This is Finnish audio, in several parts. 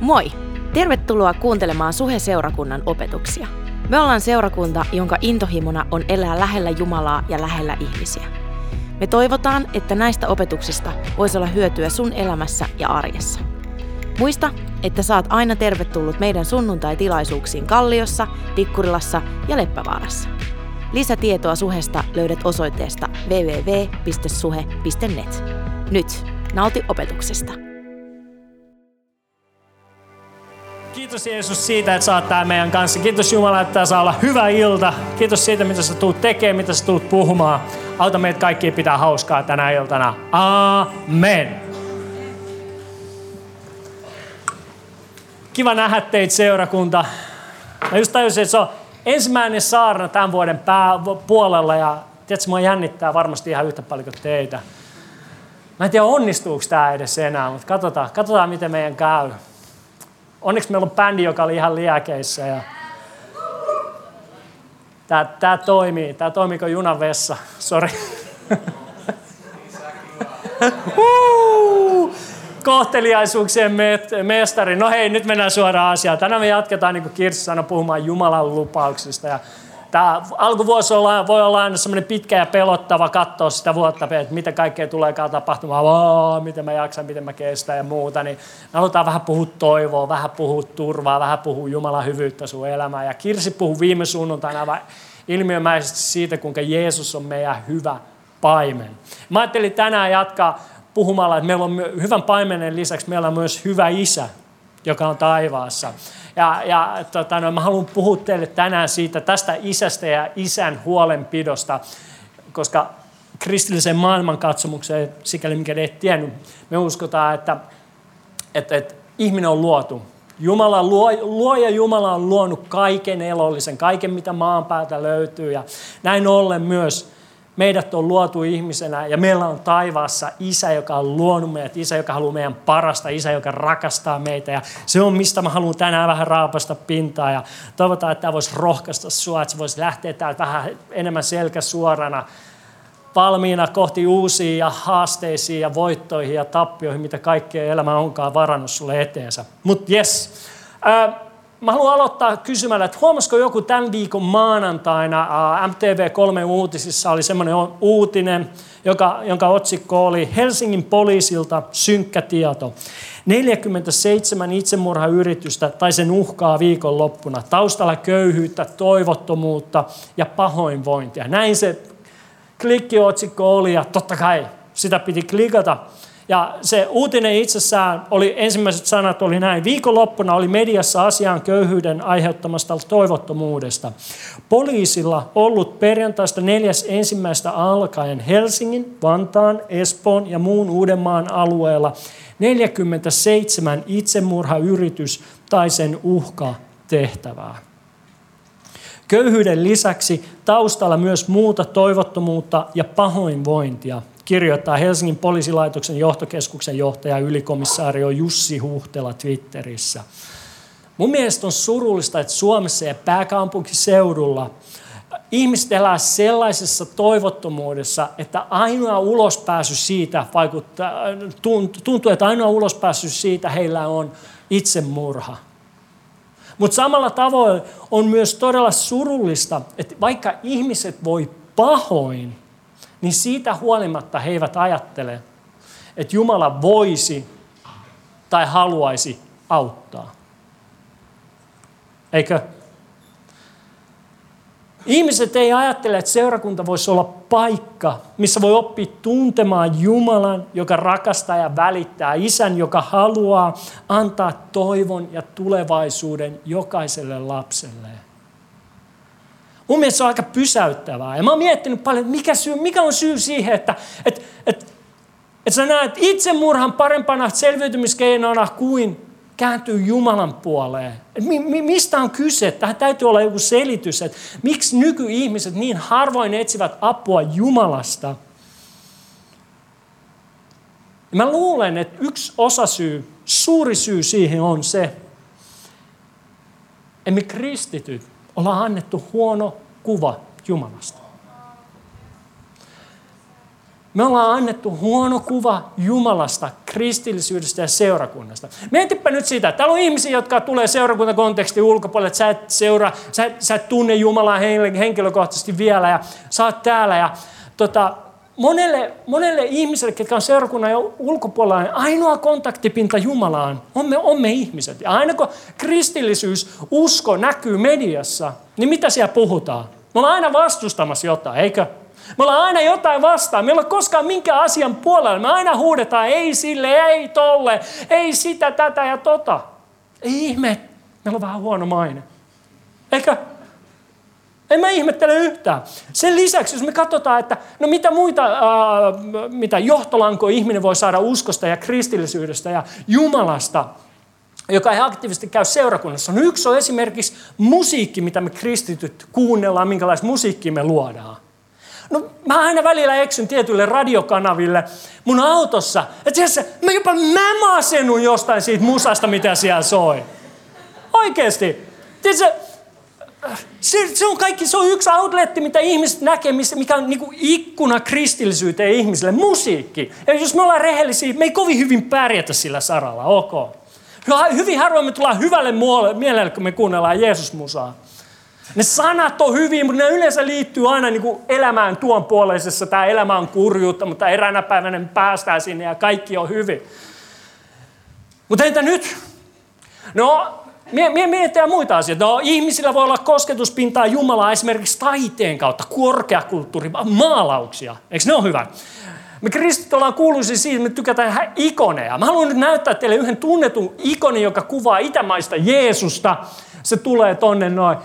Moi! Tervetuloa kuuntelemaan Suhe-seurakunnan opetuksia. Me ollaan seurakunta, jonka intohimona on elää lähellä Jumalaa ja lähellä ihmisiä. Me toivotaan, että näistä opetuksista voisi olla hyötyä sun elämässä ja arjessa. Muista, että saat aina tervetullut meidän sunnuntai-tilaisuuksiin Kalliossa, Tikkurilassa ja Leppävaarassa. Lisätietoa Suhesta löydät osoitteesta www.suhe.net. Nyt, nauti opetuksesta. Kiitos Jeesus siitä, että sä oot täällä meidän kanssa. Kiitos Jumala, että tää saa olla hyvä ilta. Kiitos siitä, mitä sä tulet tekemään, mitä sä tulet puhumaan. Auta meitä kaikkia pitää hauskaa tänä iltana. Amen. Kiva nähdä teitä seurakunta. Mä just tajusin, että se on ensimmäinen saarna tämän vuoden puolella. Ja tiedätkö, mua jännittää varmasti ihan yhtä paljon kuin teitä. Mä en tiedä, onnistuuko tää edes enää, mutta katsotaan miten meidän käy. Onneksi meillä on bändi, joka oli ihan liäkeissä. Ja tää toimii. Tää toimii kuin junan vessa. Sori. Kohteliaisuuksien mestari. No hei, nyt mennään suoraan asiaan. Tänään me jatketaan, niin kuin Kirsi sanoi, puhumaan Jumalan lupauksista. Ja tämä alkuvuosi voi olla aina semmoinen pitkä ja pelottava katsoa sitä vuotta, että mitä kaikkea tuleekaan tapahtumaan, miten mä jaksan, miten mä kestän ja muuta. Niin me halutaan vähän puhua toivoa, vähän puhua turvaa, vähän puhua Jumalan hyvyyttä sun elämään. Ja Kirsi puhui viime sunnuntaina aivan ilmiömäisesti siitä, kuinka Jeesus on meidän hyvä paimen. Mä ajattelin tänään jatkaa puhumalla, että meillä on hyvän paimenen lisäksi meillä on myös hyvä isä, joka on taivaassa. Mä haluan puhua teille tänään siitä, tästä isästä ja isän huolenpidosta, koska kristilliseen maailmankatsomukseen, sikäli mikä et tiennyt, me uskotaan, että ihminen on luotu. Luoja Jumala on luonut kaiken elollisen, kaiken mitä maan päältä löytyy ja näin ollen myös meidät on luotu ihmisenä ja meillä on taivaassa isä, joka on luonut meidät, isä, joka haluaa meidän parasta, isä, joka rakastaa meitä. Ja se on, mistä mä haluan tänään vähän raapasta pintaa ja toivotaan, että tämä voisi rohkaista sua, että se voisi lähteä täältä vähän enemmän selkä suorana, valmiina kohti uusia haasteisiin ja voittoihin ja tappioihin, mitä kaikkea elämä onkaan varannut sulle eteensä. Mutta jes. Mä haluan aloittaa kysymällä, että huomasiko joku tämän viikon maanantaina MTV3 uutisissa oli semmoinen uutinen, jonka otsikko oli Helsingin poliisilta synkkä tieto. 47 itsemurhayritystä tai sen uhkaa viikonloppuna. Taustalla köyhyyttä, toivottomuutta ja pahoinvointia. Näin se klikkiotsikko oli ja totta kai sitä piti klikata. Ja se uutinen itsessään oli, ensimmäiset sanat oli näin. Viikonloppuna oli mediassa asiaan köyhyyden aiheuttamasta toivottomuudesta. Poliisilla ollut perjantaista 4.1. alkaen Helsingin, Vantaan, Espoon ja muun Uudenmaan alueella 47 itsemurhayritys tai sen uhka tehtävää. Köyhyyden lisäksi taustalla myös muuta toivottomuutta ja pahoinvointia, kirjoittaa Helsingin poliisilaitoksen johtokeskuksen johtaja ylikomissaario Jussi Huhtela Twitterissä. Mun mielestä on surullista, että Suomessa ja pääkaupunkiseudulla ihmiset elää sellaisessa toivottomuudessa, että ainoa ulospääsy siitä tuntuu, että ainoa ulospääsy siitä heillä on itsemurha. Mutta samalla tavoin on myös todella surullista, että vaikka ihmiset voi pahoin, niin siitä huolimatta he eivät ajattele, että Jumala voisi tai haluaisi auttaa. Eikö? Ihmiset ei ajattele, että seurakunta voisi olla paikka, missä voi oppia tuntemaan Jumalan, joka rakastaa ja välittää, isän, joka haluaa antaa toivon ja tulevaisuuden jokaiselle lapselleen. Mun mielestä se on aika pysäyttävää. Ja mä oon miettinyt paljon, mikä on syy siihen, että sä näet itsemurhan parempana selviytymiskeinona kuin kääntyy Jumalan puoleen. Mistä on kyse? Tähän täytyy olla joku selitys, että miksi nykyihmiset niin harvoin etsivät apua Jumalasta. Ja mä luulen, että yksi osasyy, suuri syy siihen on se, että me kristityt ollaan annettu huono kuva Jumalasta. Me ollaan annettu huono kuva Jumalasta, kristillisyydestä ja seurakunnasta. Mietipä nyt sitä, että täällä on ihmisiä, jotka tulee seurakuntakontekstin ulkopuolelle, että sä et tunne Jumalaa henkilökohtaisesti vielä ja sä oot täällä. Ja, monelle ihmiselle, ketkä on seurakunnan ulkopuolella, niin ainoa kontaktipinta Jumalaan on me ihmiset. Ja aina kun kristillisyys, usko näkyy mediassa, niin mitä siellä puhutaan? Me ollaan aina vastustamassa jotain, eikö? Me ollaan aina jotain vastaan. Me ei ole koskaan minkään asian puolella. Me aina huudetaan, ei sille, ei tolle, ei sitä, tätä ja tota. Ei ihme, meillä on vähän huono maine. Eikö? En mä ihmettele yhtään. Sen lisäksi, jos me katsotaan, että no mitä muita mitä johtolankoja ihminen voi saada uskosta ja kristillisyydestä ja Jumalasta, joka ei aktiivisesti käy seurakunnassa. No yksi on esimerkiksi musiikki, mitä me kristityt kuunnellaan, minkälaista musiikkia me luodaan. No mä aina välillä eksyn tietyille radiokanaville mun autossa. Että mä jopa masennun jostain siitä musasta, mitä siellä soi. Oikeesti. Tiedätkö, se on yksi outletti, mitä ihmiset näkee, mikä on niinku ikkuna kristillisyyteen ihmisille. Musiikki. Ja jos me ollaan rehellisiä, me ei kovin hyvin pärjätä sillä saralla, ok. Hyvin harvoin me tullaan hyvälle mielelle, kun me kuunnellaan Jeesus-musaa. Ne sanat on hyviä, mutta ne yleensä liittyy aina niin kuin elämään tuon puoleisessa. Tämä elämä on kurjuutta, mutta eräänä päivänä me päästään sinne ja kaikki on hyvin. Mutta entä nyt? No, mietitään muita asioita. No, ihmisillä voi olla kosketuspintaa Jumalaa esimerkiksi taiteen kautta, korkeakulttuuri, maalauksia. Eikö ne ole hyvä? Me kristit ollaan kuuluisia siitä, me tykätään ikoneja. Mä haluan nyt näyttää teille yhden tunnetun ikonin, joka kuvaa itämaista Jeesusta. Se tulee tonne noin.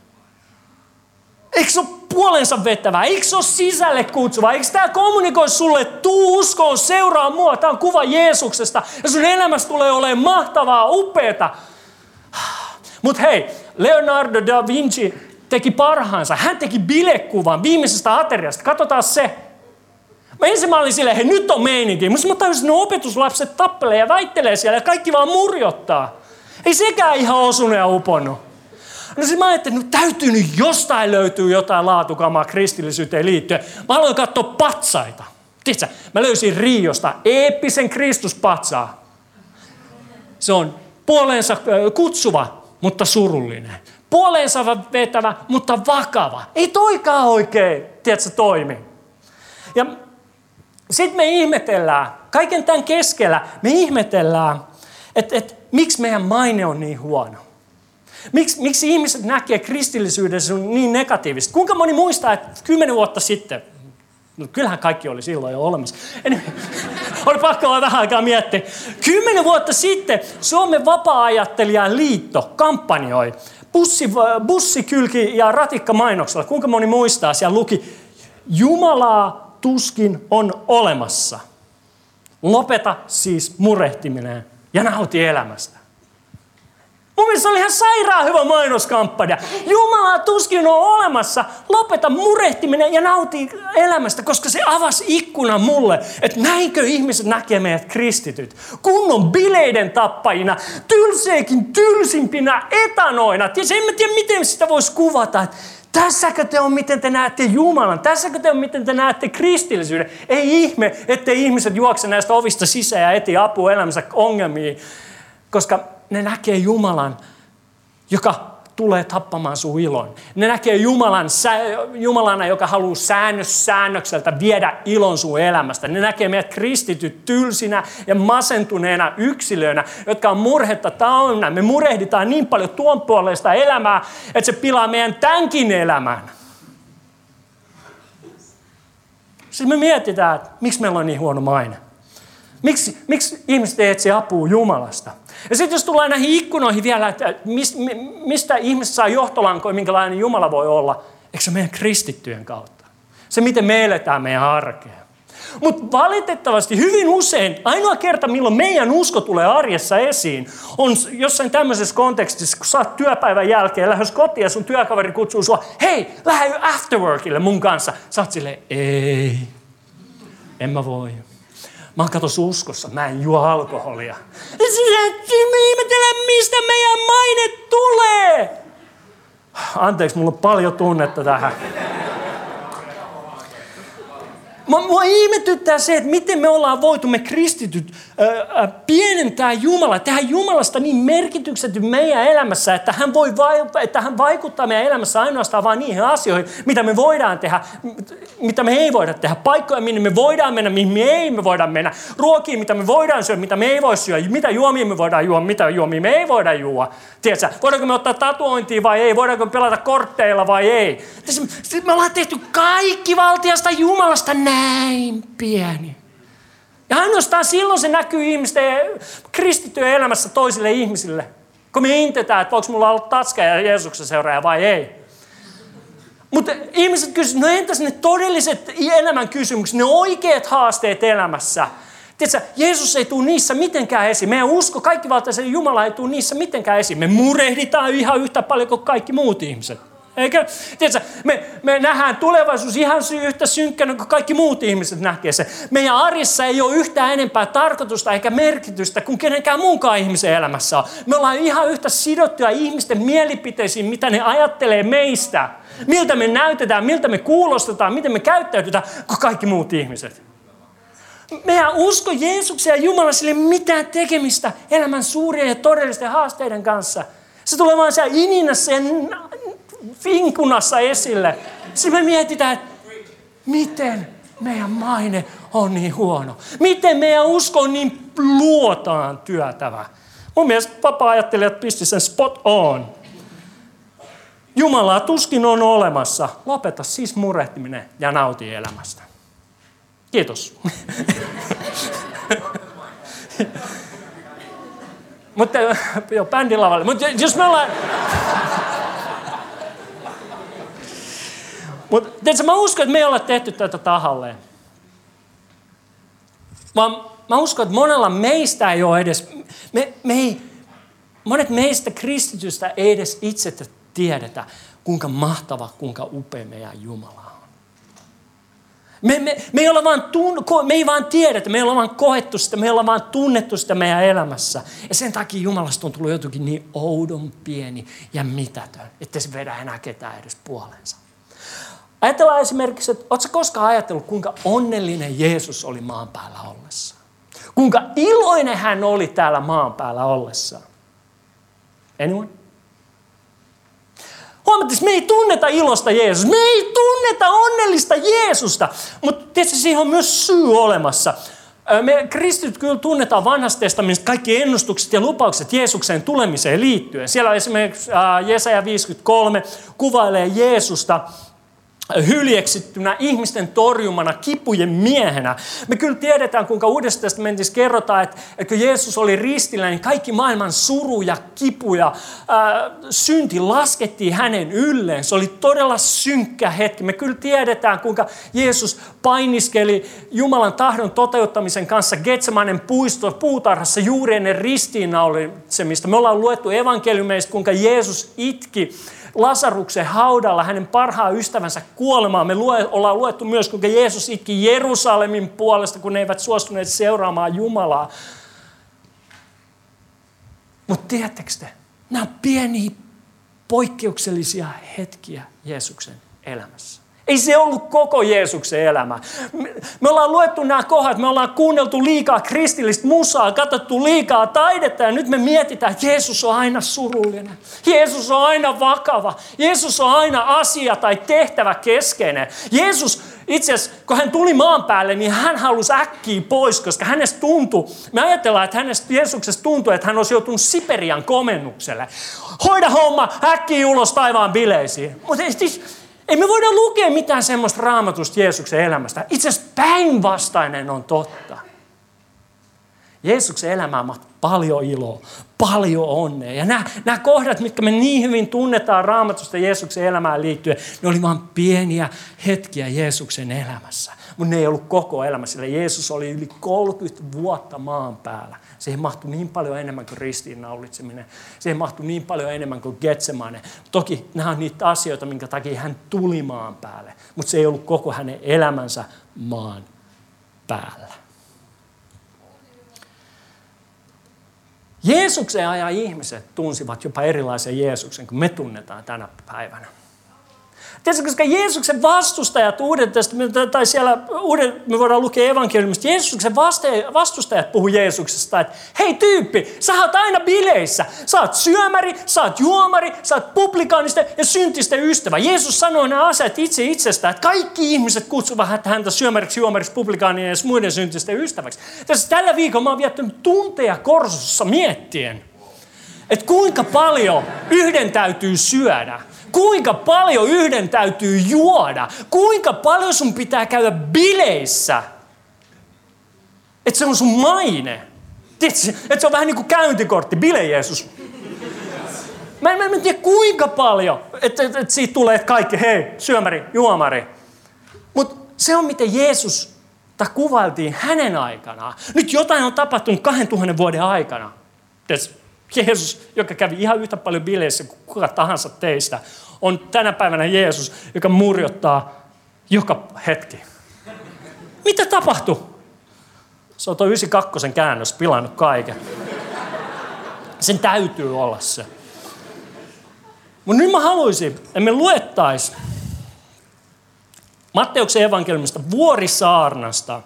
Eikö se ole puolensa vetävää? Eikö se ole sisälle kutsuvaa? Eikö tämä kommunikoi sulle, tuu uskoon, seuraa mua? Tämä on kuva Jeesuksesta ja sun elämässä tulee olemaan mahtavaa, upeata. Mutta hei, Leonardo da Vinci teki parhaansa. Hän teki bilekuvan viimeisestä ateriasta. Katsotaan se. Ensin mä olin silleen, hei nyt on meininki. Mutta mä tajusin, että ne opetuslapset tappelee ja väittelee siellä ja kaikki vaan murjottaa. Ei sekään ihan osunut ja uponnut. No sitten mä ajattelin, että täytyy nyt jostain löytyy jotain laatukamaa kristillisyyteen liittyen. Mä aloin katsoa patsaita. Tiedätkö, mä löysin Riosta eeppisen Kristuspatsaa. Se on puoleensa kutsuva, mutta surullinen. Puoleensa vetävä, mutta vakava. Ei toikaan oikein, tiedätkö, toimi. Ja sitten me ihmetellään, kaiken tämän keskellä me ihmetellään, että miksi meidän maine on niin huono. Miksi ihmiset näkee kristillisyydessä niin negatiivista? Kuinka moni muistaa, että 10 vuotta sitten, no kyllähän kaikki oli silloin jo olemassa. Oli pakko olla vähän aikaa miettiä. 10 vuotta sitten Suomen Vapaa-ajattelijan liitto kampanjoi bussikylki- ja ratikkamainoksella. Kuinka moni muistaa? Siellä luki, Jumalaa tuskin on olemassa. Lopeta siis murehtiminen ja nauti elämästä. Mun mielestä se oli ihan sairaan hyvä mainoskampanja. Jumala tuskin on olemassa. Lopeta murehtiminen ja nauti elämästä, koska se avasi ikkunan mulle, että näinkö ihmiset näkee meidät kristityt. Kunnon bileiden tappajina, tylseikin tylsimpinä etanoina. En mä tiedä, miten sitä voisi kuvata. Että tässäkö te on, miten te näette Jumalan? Tässäkö te on, miten te näette kristillisyyden? Ei ihme, ettei ihmiset juokse näistä ovista sisään ja eti apua elämänsä ongelmiin, koska ne näkee Jumalan, joka tulee tappamaan sun ilon. Ne näkee Jumalana, joka haluaa säännökseltä viedä ilon sun elämästä. Ne näkee meidät kristityt tylsinä ja masentuneena yksilöinä, jotka on murhetta täynnä. Me murehditaan niin paljon tuon puolesta elämää, että se pilaa meidän tämänkin elämän. Sitten me mietitään, että miksi meillä on niin huono maine. Miksi ihmiset ei etsi apua Jumalasta? Ja sitten jos tullaan näihin ikkunoihin vielä, että mistä ihmiset saa johtolankoja, minkälainen Jumala voi olla, eikö se meidän kristittyjen kautta? Se, miten me eletään meidän arkea. Mutta valitettavasti hyvin usein, ainoa kerta, milloin meidän usko tulee arjessa esiin, on jossain tämmöisessä kontekstissa, kun sä oot työpäivän jälkeen lähes kotiin ja sun työkaveri kutsuu sua, hei, lähde afterworkille mun kanssa. Sä oot silleen, ei, en mä voi. Mä oon katos uskossa, mä en juo alkoholia. Me ihmetellään, mistä meidän maine tulee. Anteeksi, mulla on paljon tunnetta tähän. Mua ihmetyttää se, että miten me ollaan voitu, me kristityt, pienentää Jumalaa, tehdä Jumalasta niin merkityksetty meidän elämässä, että hän vaikuttaa meidän elämässä ainoastaan vain niihin asioihin, mitä me voidaan tehdä, mitä me ei voida tehdä, paikkoja, minne me voidaan mennä, mihin me ei voida mennä, ruokia, mitä me voidaan syödä, mitä me ei voi syödä, mitä juomia me voidaan juoda, mitä juomia me ei voida juoda. Tiedätkö, voidaanko me ottaa tatuointia vai ei, voidaanko me pelata kortteilla vai ei. Me ollaan tehty kaikki valtiasta Jumalasta näin pieni. Ja ainoastaan silloin se näkyy ihmisten kristittyjen elämässä toisille ihmisille. Kun me intetään, että voiko mulla olla tatska ja Jeesuksen seuraaja vai ei. Mutta ihmiset kysyvät, no entäs ne todelliset elämän kysymykset, ne oikeat haasteet elämässä. Tiedätkö, Jeesus ei tule niissä mitenkään esiin. Meidän usko, kaikkivaltaisen Jumala ei tule niissä mitenkään esiin. Me murehditaan ihan yhtä paljon kuin kaikki muut ihmiset. Eikö? Tiedätkö, me nähdään tulevaisuus ihan yhtä synkkänä kuin kaikki muut ihmiset näkee se. Meidän arjessa ei ole yhtään enempää tarkoitusta eikä merkitystä kuin kenenkään muunkaan ihmisen elämässä on. Me ollaan ihan yhtä sidottuja ihmisten mielipiteisiin, mitä ne ajattelee meistä. Miltä me näytetään, miltä me kuulostetaan, miten me käyttäytytään kuin kaikki muut ihmiset. Meidän usko Jeesukseen ja Jumala sille mitään tekemistä elämän suurien ja todellisten haasteiden kanssa. Se tulee vaan siellä ininässä ja vinkunassa esille. Sitten me mietitään, että miten meidän maine on niin huono. Miten meidän usko on niin luotaan työtävä. Mun mielestä vapaa-ajattelijat pisti sen spot on. Jumalaa tuskin on olemassa. Lopeta siis murehtiminen ja nauti elämästä. Kiitos. Mutta joo, bändin lavalle. Mutta jos me ollaan... Mutta tiedätkö, mä uskon, että me ei olla tehty tätä tahalleen. Vaan mä uskon, että monella meistä ei ole edes... Monet meistä kristitystä ei edes itse tiedetä, kuinka mahtava, kuinka upea meidän Jumala on. Me ei vaan tiedetä, me ei olla vaan koettu sitä, me ei olla vaan tunnettu sitä meidän elämässä. Ja sen takia Jumalasta on tullut jotenkin niin oudon pieni ja mitätön, ettei se vedä enää ketään edes puoleensa. Ajatellaan esimerkiksi, että ootko koskaan ajatellut, kuinka onnellinen Jeesus oli maan päällä ollessaan? Kuinka iloinen hän oli täällä maan päällä ollessaan? Anyone? Huomattiin, me ei tunneta ilosta Jeesusta, me ei tunneta onnellista Jeesusta, mutta tietysti siihen on myös syy olemassa. Me kristityt kyllä tunnetaan vanhasta testamentista kaikki ennustukset ja lupaukset Jeesuksen tulemiseen liittyen. Siellä esimerkiksi Jesaja 53 kuvailee Jeesusta hyljeksittynä, ihmisten torjumana, kipujen miehenä. Me kyllä tiedetään, kuinka Uudessa testamentissa kerrotaan, että kun Jeesus oli ristillä, niin kaikki maailman suru ja kipu ja synti laskettiin hänen ylleen. Se oli todella synkkä hetki. Me kyllä tiedetään, kuinka Jeesus painiskeli Jumalan tahdon toteuttamisen kanssa Getsemanen puutarhassa juuri ennen ristiinnaulisemista. Me ollaan luettu evankeliumeista, kuinka Jeesus itki Lasaruksen haudalla hänen parhaan ystävänsä kuolemaan. Me ollaan luettu myös, kuinka Jeesus itki Jerusalemin puolesta, kun ne eivät suostuneet seuraamaan Jumalaa. Mutta tiedättekö te, nämä on pieniä poikkeuksellisia hetkiä Jeesuksen elämässä. Ei se ollut koko Jeesuksen elämä. Me ollaan luettu nämä kohdat, me ollaan kuunneltu liikaa kristillistä musaa, katsottu liikaa taidetta ja nyt me mietitään, että Jeesus on aina surullinen. Jeesus on aina vakava. Jeesus on aina asia tai tehtävä keskeinen. Jeesus itse asiassa, kun hän tuli maan päälle, niin hän halusi äkkiä pois, koska hänestä tuntui, me ajatellaan, että Jeesuksesta tuntui, että hän olisi joutunut Siperian komennukselle. Hoida homma, äkkiä ulos taivaan bileisiin. Mutta ei me voida lukea mitään semmoista raamatusta Jeesuksen elämästä. Itse asiassa päinvastainen on totta. Jeesuksen elämään on paljon iloa, paljon onnea. Ja nämä kohdat, mitkä me niin hyvin tunnetaan raamatusta Jeesuksen elämään liittyen, ne oli vain pieniä hetkiä Jeesuksen elämässä. Mutta ne ei ollut koko elämä, sillä Jeesus oli yli 30 vuotta maan päällä. Siihen mahtui niin paljon enemmän kuin ristiinnaulitseminen. Siihen mahtui niin paljon enemmän kuin Getsemane. Toki nämä on niitä asioita, minkä takia hän tuli maan päälle. Mutta se ei ollut koko hänen elämänsä maan päällä. Jeesuksen ajan ihmiset tunsivat jopa erilaisen Jeesuksen kuin me tunnetaan tänä päivänä. Tiedätkö, koska Jeesuksen vastustajat tai siellä me voidaan lukea evankeliumista, Jeesuksen vastustajat puhuu Jeesuksesta, että hei tyyppi, sä oot aina bileissä. Sä oot syömäri, sä oot juomari, sä oot publikaanisten ja syntisten ystävä. Jeesus sanoi nämä asiat itsestään, että kaikki ihmiset kutsuvat häntä syömäriksi, juomariksi, publikaanien ja muiden syntisten ystäväksi. Tässä tällä viikolla mä oon viettänyt tunteja Korsossa miettien, että kuinka paljon yhden täytyy syödä. Kuinka paljon yhden täytyy juoda? Kuinka paljon sun pitää käydä bileissä? Että se on sun maine. Tiedätkö, että se on vähän niin kuin käyntikortti, bile Jeesus. Mä en tiedä kuinka paljon, että siitä tulee, että kaikki, hei, syömäri, juomari. Mutta se on miten Jeesusta kuvailtiin hänen aikanaan. Nyt jotain on tapahtunut 2000 vuoden aikana. Tiedätkö, Jeesus, joka kävi ihan yhtä paljon bileissä kuin kuka tahansa teistä, on tänä päivänä Jeesus, joka murjottaa joka hetki. Mitä tapahtui? Se on tuo 92 käännös pilannut kaiken. Sen täytyy olla se. Mutta nyt mä haluaisin, että me luettaisiin Matteuksen evankeliumista Vuorisaarnasta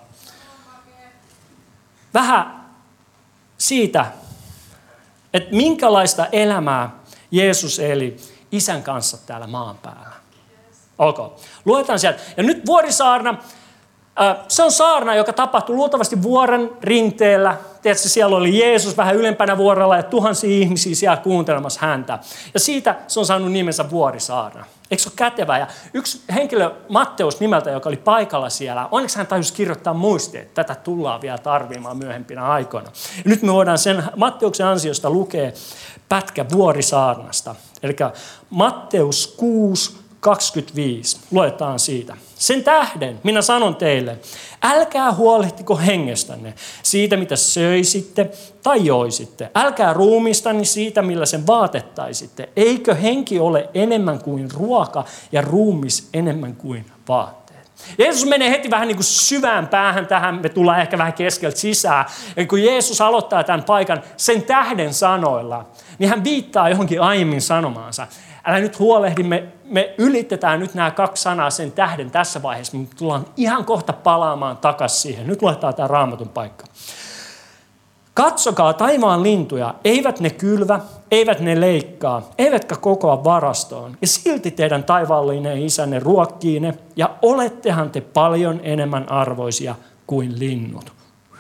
vähän siitä, että minkälaista elämää Jeesus eli Isän kanssa täällä maan päällä. Okay. Luetaan sieltä. Ja nyt Vuorisaarna, se on saarna, joka tapahtui luultavasti vuoren rinteellä. Tiedätkö, siellä oli Jeesus vähän ylempänä vuorella ja tuhansia ihmisiä siellä kuuntelemassa häntä. Ja siitä se on saanut nimensä Vuorisaarna. Eikö se ole kätevä? Ja yksi henkilö, Matteus nimeltä, joka oli paikalla siellä, onneksi hän tajusi kirjoittaa muistiin, että tätä tullaan vielä tarvimaan myöhempinä aikoina. Ja nyt me voidaan sen Matteuksen ansiosta lukea pätkä Vuorisaarnasta. Eli Matteus 6:25. Luetaan siitä. Sen tähden minä sanon teille, älkää huolehtiko hengestänne siitä, mitä söisitte tai joisitte. Älkää ruumistanne siitä, millä sen vaatettaisitte. Eikö henki ole enemmän kuin ruoka ja ruumis enemmän kuin vaatteet? Jeesus menee heti vähän niin kuin syvään päähän tähän. Me tullaan ehkä vähän keskeltä sisään. Ja kun Jeesus aloittaa tämän paikan sen tähden sanoilla, niin hän viittaa johonkin aiemmin sanomaansa. Älä nyt huolehdi, me ylitetään nyt nämä 2 sanaa sen tähden tässä vaiheessa, mutta tullaan ihan kohta palaamaan takaisin siihen. Nyt luetaan tämä Raamatun paikka. Katsokaa taivaan lintuja, eivät ne kylvä, eivät ne leikkaa, eivätkä kokoa varastoon. Ja silti teidän taivaallinen isänne ruokkii ne, ja olettehan te paljon enemmän arvoisia kuin linnut.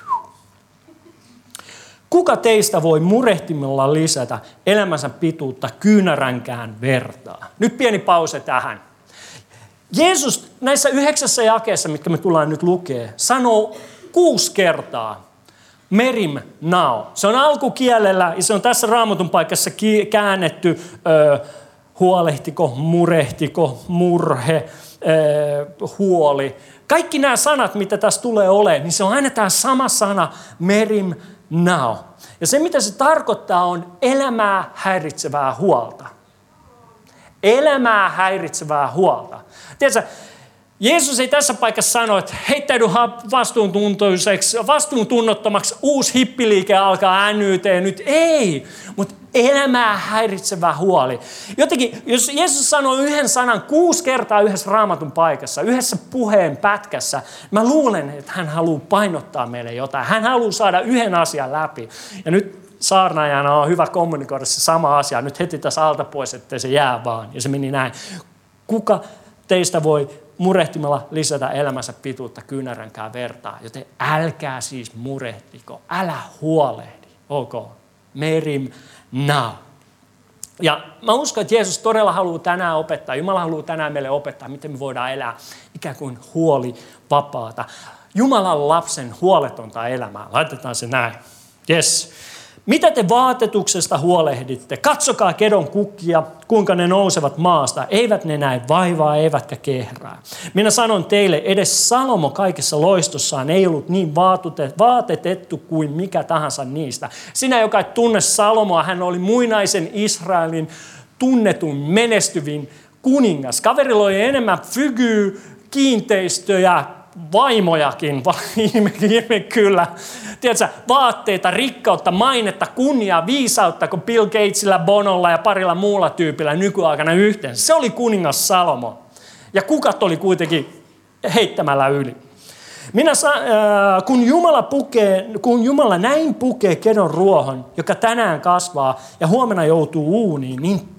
Kuka teistä voi murehtimalla lisätä elämänsä pituutta kyynäränkään vertaa? Nyt pieni pause tähän. Jeesus näissä 9 jakeessa, mitkä me tullaan nyt lukea, sanoo 6 kertaa merim nao. Se on alkukielellä ja se on tässä Raamatun paikassa käännetty huolehtiko, murehtiko, murhe, huoli. Kaikki nämä sanat, mitä tässä tulee olemaan, niin se on aina tämä sama sana merim nao. Ja se, mitä se tarkoittaa, on elämää häiritsevää huolta. Elämää häiritsevää huolta. Tiedätkö, Jeesus ei tässä paikassa sano, että heittäydy vastuuntunnottomaksi, uusi hippiliike alkaa äänyyteen nyt. Ei, mutta elämää häiritsevä huoli. Jotenkin, jos Jeesus sanoo yhden sanan 6 kertaa yhdessä Raamatun paikassa, yhdessä puheen pätkässä, mä luulen, että hän haluaa painottaa meille jotain. Hän haluaa saada yhden asian läpi. Ja nyt saarnaajana on hyvä kommunikoida se sama asia. Nyt heti tässä alta pois, ettei se jää vaan. Ja se meni näin. Kuka teistä voi murehtimalla lisätä elämänsä pituutta kyynäränkään vertaa? Joten älkää siis murehtiko. Älä huolehdi. Ok. Merim nao. Ja mä uskon, että Jeesus todella haluaa tänään opettaa. Jumala haluaa tänään meille opettaa, miten me voidaan elää ikään kuin huolivapaata. Jumalan lapsen huoletonta elämää. Laitetaan se näin. Yes. Mitä te vaatetuksesta huolehditte? Katsokaa kedon kukkia, kuinka ne nousevat maasta. Eivät ne näe vaivaa, eivätkä kehrää. Minä sanon teille, edes Salomo kaikessa loistossaan ei ollut niin vaatetettu kuin mikä tahansa niistä. Sinä, joka et tunne Salomoa, hän oli muinaisen Israelin tunnetun, menestyvin kuningas. Kaverilla oli enemmän kiinteistöjä, vaimojakin, ihme kyllä. Tiedätkö, vaatteita, rikkautta, mainetta, kunniaa, viisautta, kuin Bill Gatesilla, Bonolla ja parilla muulla tyypillä nykyaikana yhteensä. Se oli kuningas Salomo. Ja kukat oli kuitenkin heittämällä yli. Kun Jumala näin pukee kedon ruohon, joka tänään kasvaa ja huomenna joutuu uuniin, niin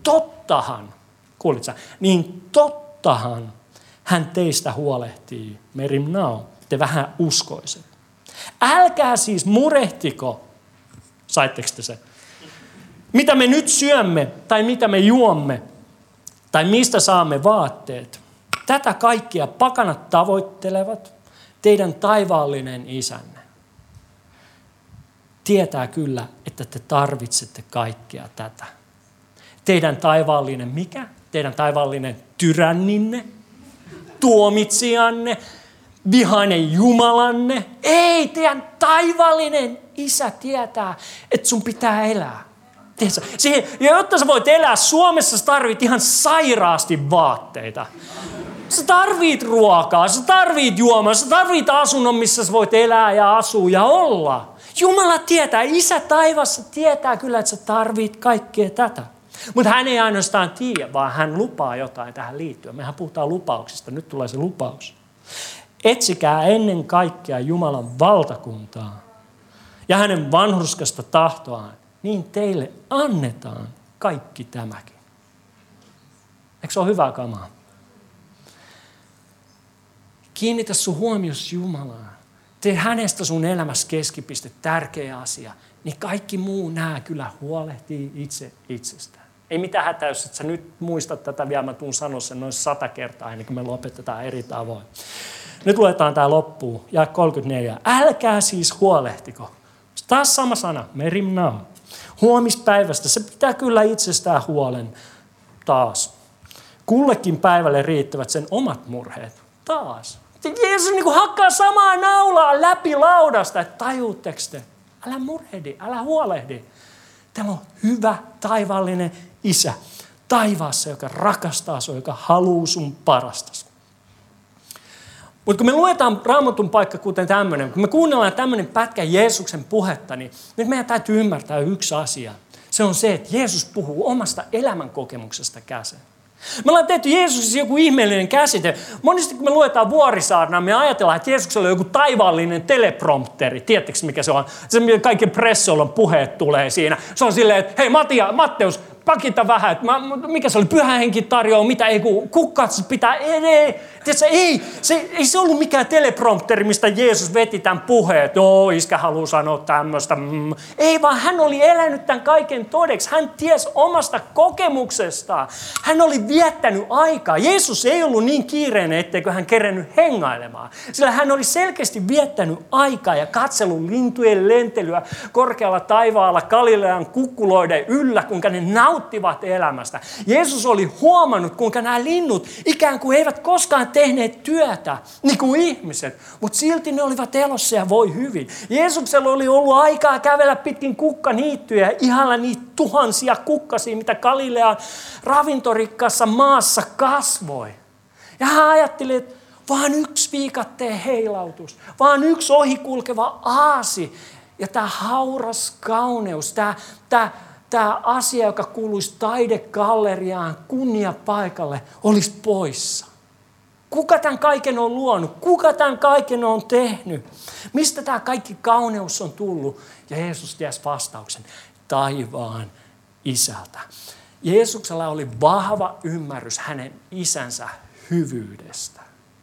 tottahan hän teistä huolehtii, Merim Nao, te vähän uskoiset. Älkää siis murehtiko, saitteko te se? Mitä me nyt syömme, tai mitä me juomme, tai mistä saamme vaatteet. Tätä kaikkia pakanat tavoittelevat, teidän taivaallinen isänne tietää kyllä, että te tarvitsette kaikkea tätä. Teidän taivaallinen mikä? Teidän taivaallinen tyränninne, tuomitsijanne, vihainen Jumalanne. Ei, teidän taivaallinen isä tietää, että sun pitää elää. Ja jotta sä voit elää Suomessa, sä tarvit ihan sairaasti vaatteita. Sä tarvit ruokaa, sä tarvit juomaa, sä tarvit asunnon, missä sä voit elää ja asua ja olla. Jumala tietää, Isä taivassa tietää kyllä, että sä tarvit kaikkea tätä. Mutta hän ei ainoastaan tiedä, vaan hän lupaa jotain tähän liittyen. Mehän puhutaan lupauksista, nyt tulee se lupaus. Etsikää ennen kaikkea Jumalan valtakuntaa ja hänen vanhurskasta tahtoaan, niin teille annetaan kaikki tämäkin. Eikö se ole hyvää kamaa? Kiinnitä sun huomiosi Jumalaan. Tee hänestä sun elämässä keskipiste, tärkeä asia. Niin kaikki muu nää kyllä huolehtii itse itsestään. Ei mitään hätää, jos et sä nyt muistat tätä vielä, mä tuun sanoa sen noin 100 kertaa ennen kuin me lopetetaan eri tavoin. Nyt luetaan tää loppuun, jae 34. Älkää siis huolehtiko. Taas sama sana, Merim Nao. Huomispäivästä, se pitää kyllä itsestään huolen taas. Kullekin päivälle riittävät sen omat murheet taas. Jeesus niin kuin hakkaa samaa naulaa läpi laudasta, että tajuutteko te? Älä murhehdi, älä huolehdi. Teillä on hyvä taivaallinen isä taivaassa, joka rakastaa sinua, joka haluaa sun parastasi. Mutta kun me luetaan Raamatun paikka kuten tämmöinen, kun me kuunnellaan tämmöinen pätkä Jeesuksen puhetta, niin nyt meidän täytyy ymmärtää yksi asia. Se on se, että Jeesus puhuu omasta elämänkokemuksesta käsin. Me ollaan tehty Jeesuksessa joku ihmeellinen käsite. Monesti kun me luetaan Vuorisaarnaa, me ajatellaan, että Jeesuksella on joku taivaallinen teleprompteri. Tiedättekö mikä se on? Se, millä kaikki pressollon puheet tulee siinä. Se on silleen, että hei Matteus, pakita vähän. Mikä se oli? Pyhä henki tarjoaa, mitä ei kukkat pitää. Ei se ollut mikään teleprompteri, mistä Jeesus veti tämän puheen. Joo, iskä haluaa sanoa tämmöistä. Ei, vaan hän oli elänyt tämän kaiken todeksi. Hän tiesi omasta kokemuksestaan. Hän oli viettänyt aikaa. Jeesus ei ollut niin kiireinen, etteikö hän kerennyt hengailemaan. Sillä hän oli selkeästi viettänyt aikaa ja katsellut lintujen lentelyä korkealla taivaalla Galilean kukkuloiden yllä, kuinka ne nauttivat elämästä. Jeesus oli huomannut, kuinka nämä linnut ikään kuin eivät koskaan tehneet työtä, niin kuin ihmiset, mutta silti ne olivat elossa ja voi hyvin. Jeesuksella oli ollut aikaa kävellä pitkin kukkaniittyjä ja ihailla niitä tuhansia kukkasia, mitä Galilean ravintorikkaassa maassa kasvoi. Ja hän ajatteli, että vaan yksi viikatteen heilautus, vaan yksi ohikulkeva aasi ja tämä hauras kauneus, tämä asia, joka kuuluisi taidegalleriaan, kunniapaikalle, olisi poissa. Kuka tämän kaiken on luonut? Kuka tämän kaiken on tehnyt? Mistä tämä kaikki kauneus on tullut? Ja Jeesus tiesi vastauksen. Taivaan isältä. Jeesuksella oli vahva ymmärrys hänen isänsä hyvyydestä.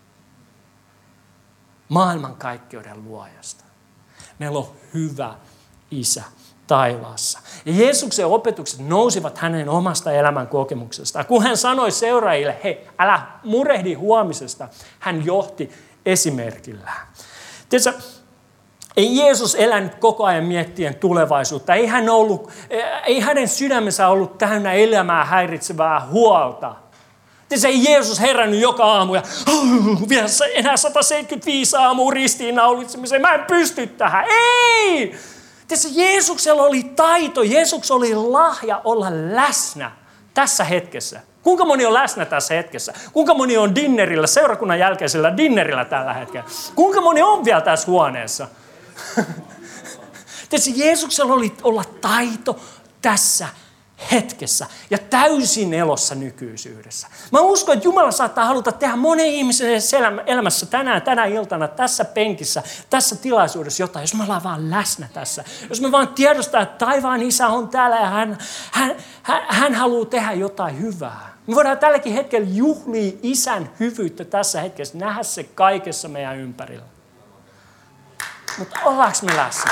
Maailmankaikkeuden luojasta. Meillä on hyvä isä taivaassa. Ja Jeesuksen opetukset nousivat hänen omasta elämän kokemuksestaan. Kun hän sanoi seuraajille, hei, älä murehdi huomisesta, hän johti esimerkillään. Tiedätkö, ei Jeesus elänyt koko ajan miettien tulevaisuutta. Ei hänen sydämensä ollut täynnä elämää häiritsevää huolta. Tiedätkö, ei Jeesus herännyt joka aamu ja vielä enää 175 aamua ristiinnaulitsemiseen. Mä en pysty tähän. Ei! Tiedätkö, Jeesuksella oli taito, Jeesuksella oli lahja olla läsnä tässä hetkessä. Kuinka moni on läsnä tässä hetkessä? Kuinka moni on dinnerillä, seurakunnan jälkeisellä dinnerillä tällä hetkellä? Kuinka moni on vielä tässä huoneessa? Tiedätkö, Jeesuksella oli olla taito tässä hetkessä ja täysin elossa nykyisyydessä. Mä uskon, että Jumala saattaa haluta tehdä monen ihmisen elämässä tänä iltana, tässä penkissä, tässä tilaisuudessa jotain, jos me ollaan vaan läsnä tässä. Jos me vaan tiedostaa, että taivaan Isä on täällä ja hän haluaa tehdä jotain hyvää. Me voidaan tälläkin hetkellä juhlia Isän hyvyyttä tässä hetkessä, nähdä se kaikessa meidän ympärillä. Mutta ollaanko me läsnä?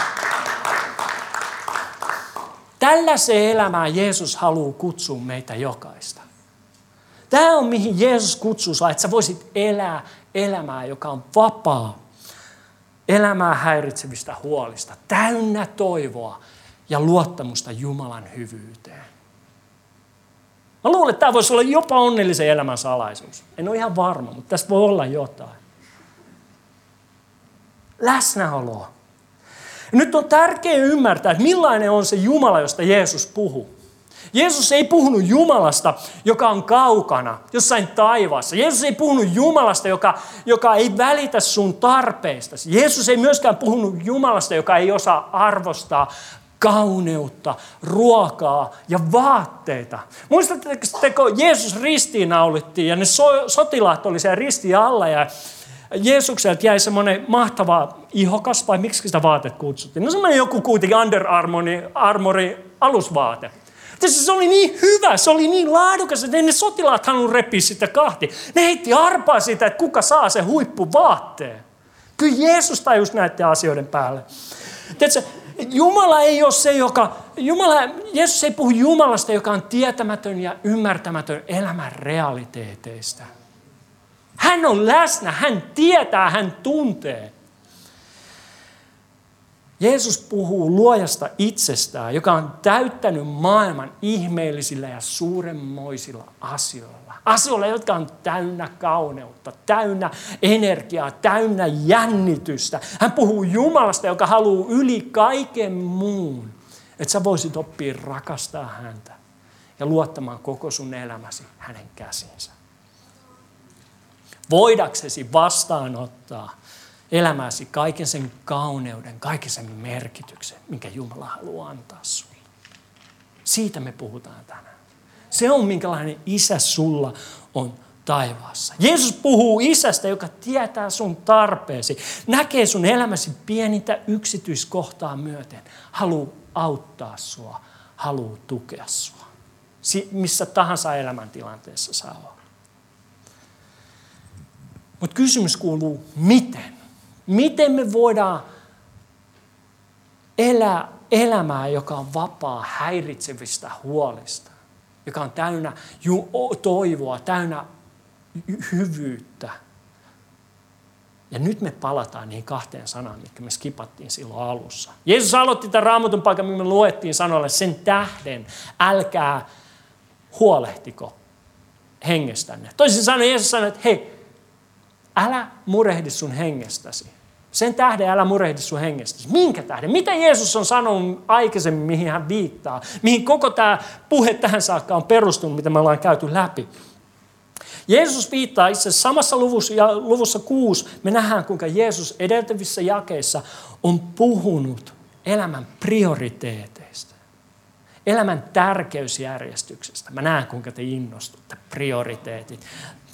Tällaiseen elämään Jeesus haluaa kutsua meitä jokaista. Tämä on mihin Jeesus kutsuu sinua, että sä voisit elää elämää, joka on vapaa. Elämää häiritsevistä huolista, täynnä toivoa ja luottamusta Jumalan hyvyyteen. Mä luulen, että tämä voisi olla jopa onnellisen elämän salaisuus. En ole ihan varma, mutta tästä voi olla jotain. Läsnäoloa. Nyt on tärkeää ymmärtää, että millainen on se Jumala, josta Jeesus puhuu. Jeesus ei puhunut Jumalasta, joka on kaukana, jossain taivaassa. Jeesus ei puhunut Jumalasta, joka ei välitä sun tarpeistasi. Jeesus ei myöskään puhunut Jumalasta, joka ei osaa arvostaa kauneutta, ruokaa ja vaatteita. Muistatteko, Jeesus ristiinnaulittiin ja ne sotilaat oli siellä ristin alla ja Jeesukselta jäi semmoinen mahtava ihokas, vai miksi sitä vaatet kutsuttiin? No semmoinen joku kuitenkin Under Armouri alusvaate. Se oli niin hyvä, se oli niin laadukas, että ne sotilaat halunnut repiä sitä kahti. Ne heitti arpaa siitä, että kuka saa sen huippuvaatteen. Kyllä Jeesus tajusi näiden asioiden päälle. Tiedätkö, Jumala ei ole se, Jeesus ei puhu Jumalasta, joka on tietämätön ja ymmärtämätön elämän realiteeteista. Hän on läsnä, hän tietää, hän tuntee. Jeesus puhuu luojasta itsestään, joka on täyttänyt maailman ihmeellisillä ja suuremmoisilla asioilla. Asioilla, jotka on täynnä kauneutta, täynnä energiaa, täynnä jännitystä. Hän puhuu Jumalasta, joka haluaa yli kaiken muun, että sä voisit oppia rakastaa häntä ja luottamaan koko sun elämäsi hänen käsiinsä. Voidaksesi vastaanottaa elämäsi kaiken sen kauneuden, kaiken sen merkityksen, minkä Jumala haluaa antaa sulle. Siitä me puhutaan tänään. Se on minkälainen isä sulla on taivaassa. Jeesus puhuu isästä, joka tietää sun tarpeesi, näkee sun elämäsi pienintä yksityiskohtaa myöten, haluaa auttaa sua, haluaa tukea sua, missä tahansa elämäntilanteessa sä oot. Mutta kysymys kuuluu, miten? Miten me voidaan elää elämää, joka on vapaa häiritsevistä huolista, joka on täynnä toivoa, täynnä hyvyyttä. Ja nyt me palataan niihin 2 sanaan, mitkä me skipattiin silloin alussa. Jeesus aloitti tämän Raamatun paikan, mihin me luettiin sanoilla, sen tähden älkää huolehtiko hengestänne. Toisin sanoen Jeesus sanoi, että hei, älä murehdi sun hengestäsi. Sen tähden älä murehdi sun hengestäsi. Minkä tähden? Mitä Jeesus on sanonut aikaisemmin, mihin hän viittaa? Mihin koko tämä puhe tähän saakka on perustunut, mitä me ollaan käyty läpi? Jeesus viittaa itse asiassa samassa luvussa 6. Me nähdään, kuinka Jeesus edeltävissä jakeissa on puhunut elämän prioriteeteista. Elämän tärkeysjärjestyksestä. Mä näen, kuinka te innostutte. Prioriteetit.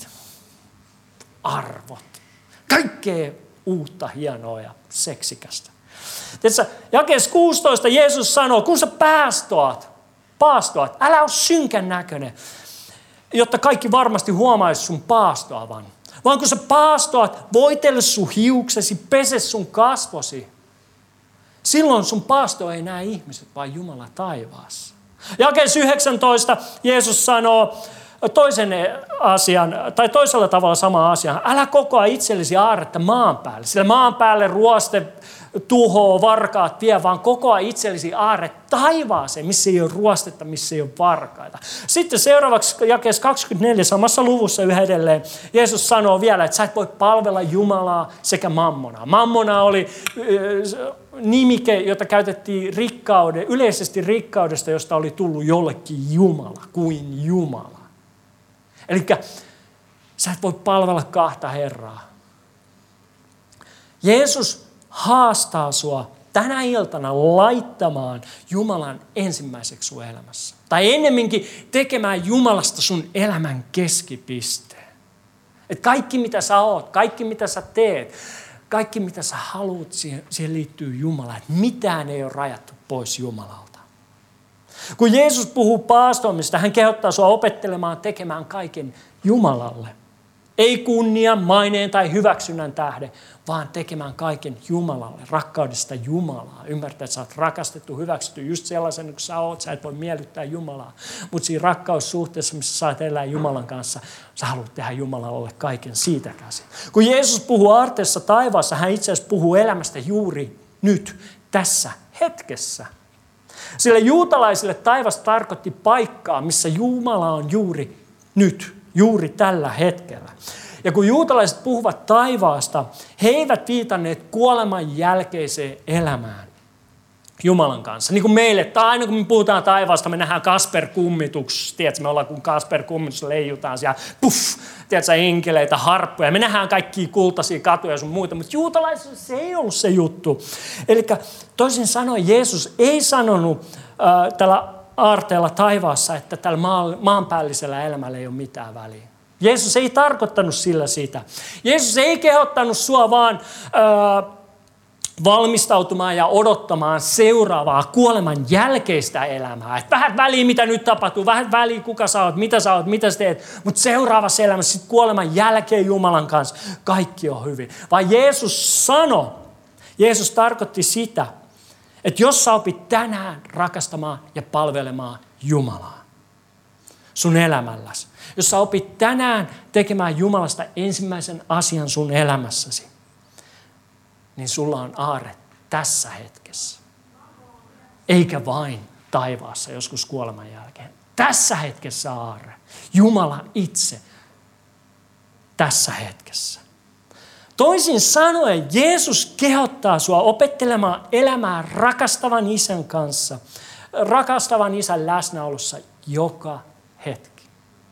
Arvot. Kaikkea uutta, hienoa ja seksikästä. Tiedätkö, jakeessa 16 Jeesus sanoo, kun sä paastoat, älä ole synkän näköinen, jotta kaikki varmasti huomaisi sun paastoavan. Vaan kun sä paastoat, voitele sun hiuksesi, pese sun kasvosi. Silloin sun paasto ei näe ihmiset, vaan Jumala taivaassa. Jakeessa 19 Jeesus sanoo, toisen asian, tai toisella tavalla sama asia. Älä kokoa itsellesi aarretta maan päälle, sillä maan päälle ruoste tuhoo, varkaat vie, vaan kokoa itsellesi aarre taivaaseen, missä ei ole ruostetta, missä ei ole varkaita. Sitten seuraavaksi jakeessa 24 samassa luvussa yhä edelleen Jeesus sanoo vielä, että sä et voi palvella Jumalaa sekä mammonaa. Mammona oli nimike, jota käytettiin yleisesti rikkaudesta, josta oli tullut jollekin Jumala, kuin Jumala. Eli sä et voi palvella 2 herraa. Jeesus haastaa sua tänä iltana laittamaan Jumalan ensimmäiseksi sun elämässä. Tai ennemminkin tekemään Jumalasta sun elämän keskipisteen. Että kaikki mitä sä oot, kaikki mitä sä teet, kaikki mitä sä haluat, siihen liittyy Jumala. Että mitään ei ole rajattu pois Jumalalta. Kun Jeesus puhuu paastoamista, hän kehottaa sua opettelemaan tekemään kaiken Jumalalle. Ei kunnian, maineen tai hyväksynnän tähden, vaan tekemään kaiken Jumalalle, rakkaudesta Jumalaa. Ymmärtää, että sä oot rakastettu, hyväksytty just sellaisen kuin sä oot. Sä et voi miellyttää Jumalaa. Mutta siinä rakkaussuhteessa, missä saat elää Jumalan kanssa, sä haluat tehdä Jumalalle kaiken siitä käsin. Kun Jeesus puhuu aarteessa taivaassa, hän itse asiassa puhuu elämästä juuri nyt, tässä hetkessä. Sillä juutalaisille taivas tarkoitti paikkaa, missä Jumala on juuri nyt, juuri tällä hetkellä. Ja kun juutalaiset puhuvat taivaasta, he eivät viitanneet kuoleman jälkeiseen elämään Jumalan kanssa. Niin kuin meille, tai aina kun me puhutaan taivaasta, me nähdään Kasper-kummitus. Tiedätkö, me ollaan kun Kasper-kummitus, leijutaan siellä, puff, tiedätkö, enkeleitä, harppuja. Me nähdään kaikkia kultaisia katuja ja sun muita, mutta juutalaisille se ei ollut se juttu. Eli toisin sanoen Jeesus ei sanonut tällä aarteella taivaassa, että tällä maanpäällisellä elämällä ei ole mitään väliä. Jeesus ei tarkoittanut sillä sitä. Jeesus ei kehottanut sua vaan valmistautumaan ja odottamaan seuraavaa kuoleman jälkeistä elämää. Et vähän väliä, mitä nyt tapahtuu, vähän väliä, kuka sä oot, mitä sä teet, mutta seuraavassa elämässä sit kuoleman jälkeen Jumalan kanssa kaikki on hyvin. Vaan Jeesus tarkoitti sitä, että jos sä opit tänään rakastamaan ja palvelemaan Jumalaa sun elämälläsi, jos sä opit tänään tekemään Jumalasta ensimmäisen asian sun elämässäsi, niin sulla on aarre tässä hetkessä. Eikä vain taivaassa joskus kuoleman jälkeen. Tässä hetkessä aarre. Jumala itse tässä hetkessä. Toisin sanoen Jeesus kehottaa sua opettelemaan elämään rakastavan isän kanssa, rakastavan isän läsnäolossa joka hetki.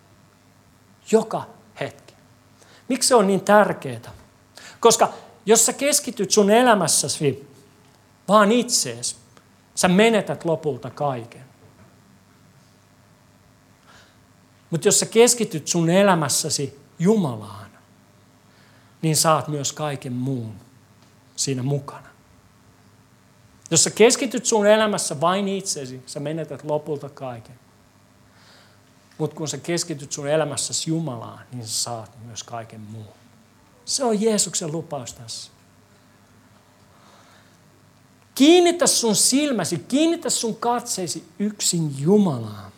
Joka hetki. Miksi se on niin tärkeää? Koska jos sä keskityt sun elämässäsi vaan itseesi, sä menetät lopulta kaiken. Mutta jos sä keskityt sun elämässäsi Jumalaan, niin saat myös kaiken muun siinä mukana. Jos sä keskityt sun elämässä vain itseesi, sä menetät lopulta kaiken. Mutta kun sä keskityt sun elämässäsi Jumalaan, niin sä saat myös kaiken muun. Se on Jeesuksen lupaus tässä. Kiinnitä sun silmäsi, kiinnitä sun katseisi yksin Jumalaan.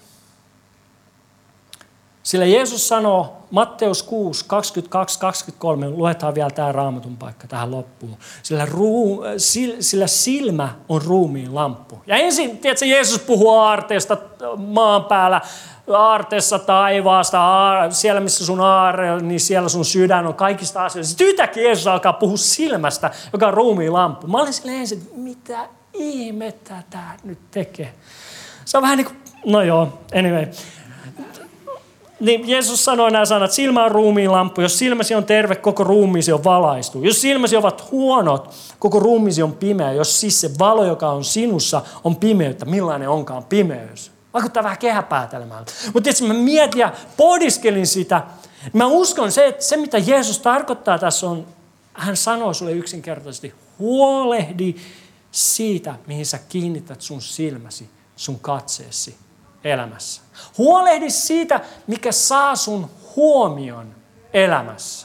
Sillä Jeesus sanoo, Matteus 6, 22-23, luetaan vielä tämä Raamatun paikka tähän loppuun. Sillä silmä on ruumiin lamppu. Ja ensin, tiedätkö, Jeesus puhuu aarteesta maan päällä, aarteessa taivaasta, siellä missä sun aarre, niin siellä sun sydän on kaikista asioista. Sitten yhtäkkiä Jeesus alkaa puhua silmästä, joka on ruumiin lamppu. Mä olin silleen ensin, että mitä ihmettä tämä nyt tekee. Se on vähän niin kuin, no joo, anyway. Niin Jeesus sanoi nämä sanat, silmä on ruumiin lamppu. Jos silmäsi on terve, koko ruumiisi on valaistu. Jos silmäsi ovat huonot, koko ruumiisi on pimeä. Jos siis se valo, joka on sinussa, on pimeyttä, millainen onkaan pimeys? Vaikuttaa vähän kehäpäätelmältä. Mutta tietysti mä mietin ja pohdiskelin sitä. Mä uskon se, että se mitä Jeesus tarkoittaa tässä on, hän sanoo sulle yksinkertaisesti, huolehdi siitä, mihin sä kiinnität sun silmäsi, sun katseesi elämässä. Huolehdi siitä, mikä saa sun huomion elämässä.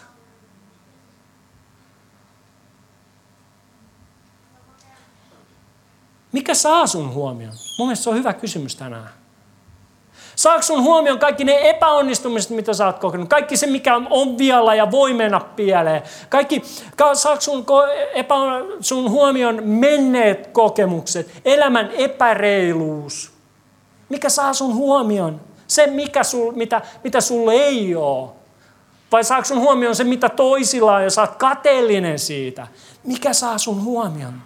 Mikä saa sun huomion? Mun mielestä se on hyvä kysymys tänään. Saako sun huomion kaikki ne epäonnistumiset, mitä sä oot kokenut? Kaikki se, mikä on vialla ja voi mennä pieleen. Saako sun huomion menneet kokemukset, elämän epäreiluus? Mikä saa sun huomion? Se, mitä sulla ei ole. Vai saako sun huomion se, mitä toisilla on ja sä oot kateellinen siitä? Mikä saa sun huomion?